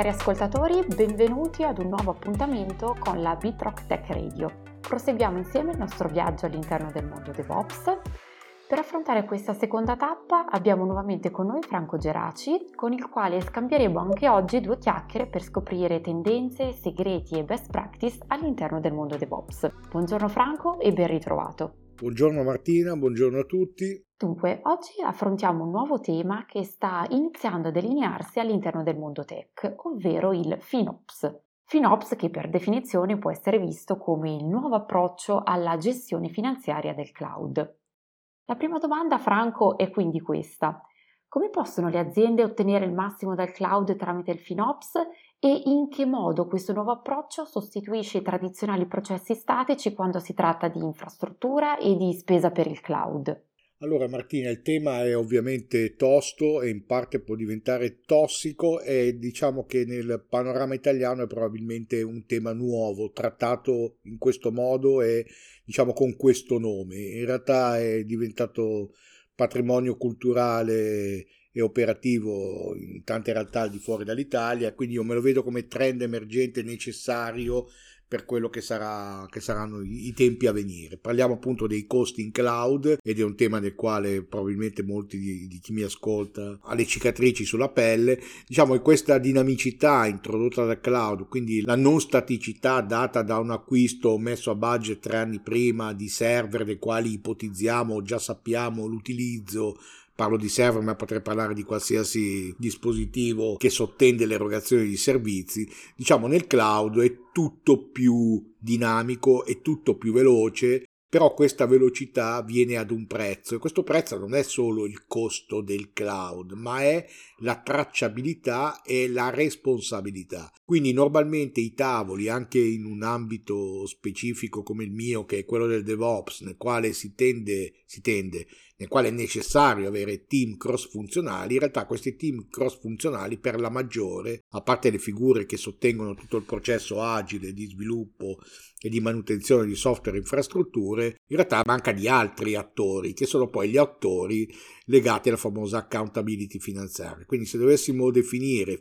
cari ascoltatori, benvenuti ad un nuovo appuntamento con la BitRock Tech Radio. Proseguiamo insieme il nostro viaggio all'interno del mondo DevOps. Per affrontare questa seconda tappa abbiamo nuovamente con noi Franco Geraci, con il quale scambieremo anche oggi due chiacchiere per scoprire tendenze, segreti e best practice all'interno del mondo DevOps. Buongiorno Franco e ben ritrovato. Buongiorno Martina, buongiorno a tutti. Dunque, oggi affrontiamo un nuovo tema che sta iniziando a delinearsi all'interno del mondo tech, ovvero il FinOps. FinOps che per definizione può essere visto come il nuovo approccio alla gestione finanziaria del cloud. La prima domanda, Franco, è quindi questa. Come possono le aziende ottenere il massimo dal cloud tramite il FinOps e in che modo questo nuovo approccio sostituisce i tradizionali processi statici quando si tratta di infrastruttura e di spesa per il cloud? Allora Martina, il tema è ovviamente tosto e in parte può diventare tossico e diciamo che nel panorama italiano è probabilmente un tema nuovo, trattato in questo modo e diciamo con questo nome. In realtà è diventato patrimonio culturale e operativo in tante realtà al di fuori dall'Italia, quindi io me lo vedo come trend emergente necessario per quello che saranno i tempi a venire. Parliamo appunto dei costi in cloud ed è un tema del quale probabilmente molti di chi mi ascolta ha le cicatrici sulla pelle. Diciamo che questa dinamicità introdotta dal cloud, quindi la non staticità data da un acquisto messo a budget 3 anni prima di server dei quali ipotizziamo o già sappiamo l'utilizzo. Parlo di server, ma potrei parlare di qualsiasi dispositivo che sottende l'erogazione di servizi. Diciamo nel cloud è tutto più dinamico, è tutto più veloce, però questa velocità viene ad un prezzo e questo prezzo non è solo il costo del cloud, ma è la tracciabilità e la responsabilità. Quindi normalmente i tavoli, anche in un ambito specifico come il mio, che è quello del DevOps, nel quale nel quale è necessario avere team cross-funzionali, in realtà questi team cross-funzionali per la maggiore, a parte le figure che sottengono tutto il processo agile di sviluppo e di manutenzione di software e infrastrutture, in realtà manca di altri attori, che sono poi gli attori legati alla famosa accountability finanziaria. Quindi se dovessimo definire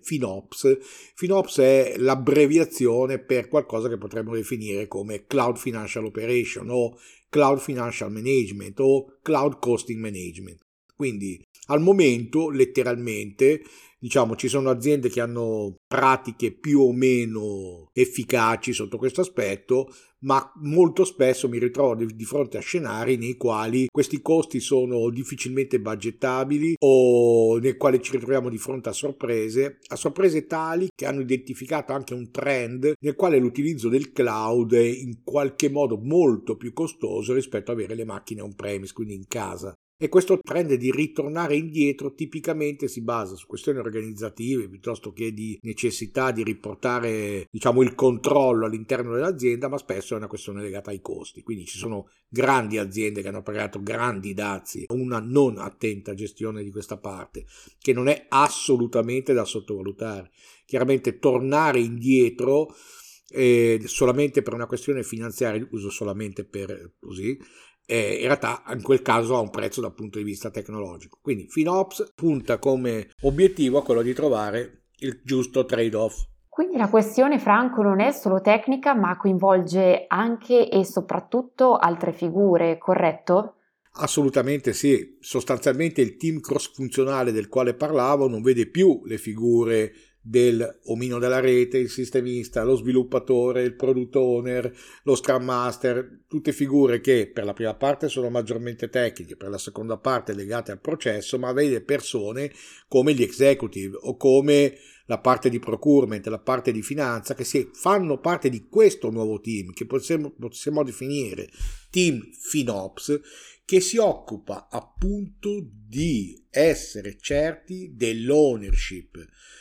FinOps è l'abbreviazione per qualcosa che potremmo definire come Cloud Financial Operation o Cloud Financial Management o Cloud Costing Management. Quindi al momento letteralmente diciamo ci sono aziende che hanno pratiche più o meno efficaci sotto questo aspetto, ma molto spesso mi ritrovo di fronte a scenari nei quali questi costi sono difficilmente budgettabili o nei quali ci ritroviamo di fronte a sorprese tali che hanno identificato anche un trend nel quale l'utilizzo del cloud è in qualche modo molto più costoso rispetto a avere le macchine on-premise, quindi in casa. E questo trend di ritornare indietro tipicamente si basa su questioni organizzative piuttosto che di necessità di riportare, diciamo, il controllo all'interno dell'azienda, ma spesso è una questione legata ai costi. Quindi ci sono grandi aziende che hanno pagato grandi dazi, una non attenta gestione di questa parte, che non è assolutamente da sottovalutare. Chiaramente tornare indietro solamente per una questione finanziaria, uso solamente per così, in realtà in quel caso ha un prezzo dal punto di vista tecnologico. Quindi FinOps punta come obiettivo a quello di trovare il giusto trade-off. Quindi la questione, Franco, non è solo tecnica, ma coinvolge anche e soprattutto altre figure, corretto? Assolutamente sì, sostanzialmente il team cross-funzionale del quale parlavo non vede più le figure del omino della rete, il sistemista, lo sviluppatore, il product owner, lo scrum master, tutte figure che per la prima parte sono maggiormente tecniche, per la seconda parte legate al processo, ma vede persone come gli executive o come la parte di procurement, la parte di finanza che fanno parte di questo nuovo team che possiamo definire team FinOps, che si occupa appunto di essere certi dell'ownership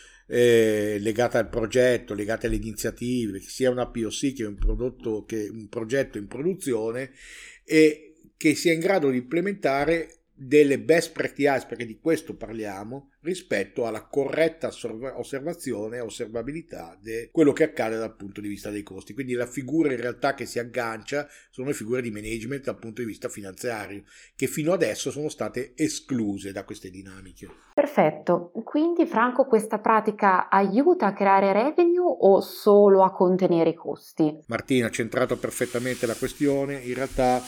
legata al progetto, legata alle iniziative, che sia una POC che un progetto in produzione e che sia in grado di implementare delle best practices, perché di questo parliamo, rispetto alla corretta osservazione e osservabilità di quello che accade dal punto di vista dei costi. Quindi la figura in realtà che si aggancia sono le figure di management dal punto di vista finanziario, che fino adesso sono state escluse da queste dinamiche. Perfetto, quindi Franco, questa pratica aiuta a creare revenue o solo a contenere i costi? Martina ha centrato perfettamente la questione. In realtà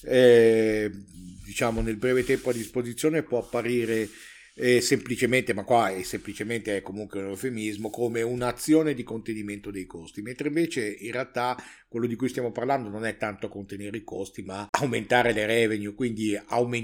diciamo nel breve tempo a disposizione può apparire semplicemente, ma qua semplicemente è comunque un eufemismo, come un'azione di contenimento dei costi, mentre invece in realtà quello di cui stiamo parlando non è tanto contenere i costi, ma aumentare le revenue, quindi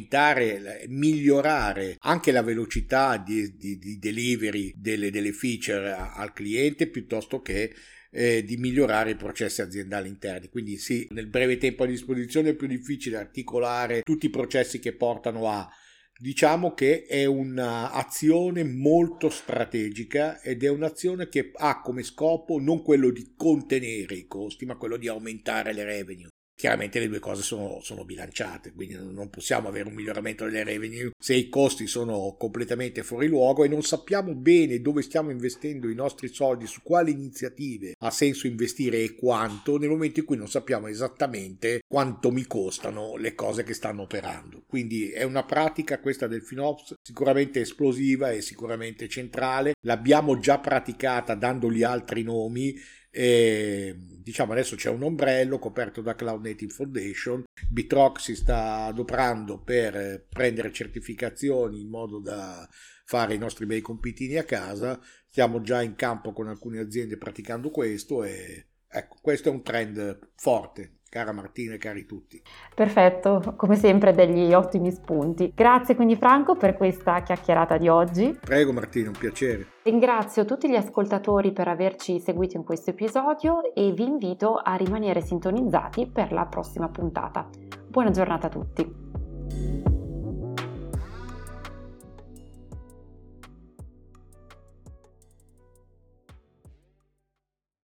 migliorare anche la velocità di delivery delle feature al cliente, piuttosto che di migliorare i processi aziendali interni. Quindi sì, nel breve tempo a disposizione è più difficile articolare tutti i processi che portano a, diciamo che è un'azione molto strategica ed è un'azione che ha come scopo non quello di contenere i costi, ma quello di aumentare le revenue. Chiaramente le due cose sono bilanciate, quindi non possiamo avere un miglioramento delle revenue se i costi sono completamente fuori luogo e non sappiamo bene dove stiamo investendo i nostri soldi, su quali iniziative ha senso investire e quanto, nel momento in cui non sappiamo esattamente quanto mi costano le cose che stanno operando. Quindi è una pratica questa del FinOps sicuramente esplosiva e sicuramente centrale, l'abbiamo già praticata dandogli altri nomi. Diciamo adesso c'è un ombrello coperto da Cloud Native Foundation. Bitrock si sta adoperando per prendere certificazioni in modo da fare i nostri bei compitini a casa. Stiamo già in campo con alcune aziende praticando questo e ecco, questo è un trend forte. Cara Martina e cari tutti. Perfetto, come sempre degli ottimi spunti. Grazie quindi Franco per questa chiacchierata di oggi. Prego Martina, un piacere. Ringrazio tutti gli ascoltatori per averci seguito in questo episodio e vi invito a rimanere sintonizzati per la prossima puntata. Buona giornata a tutti.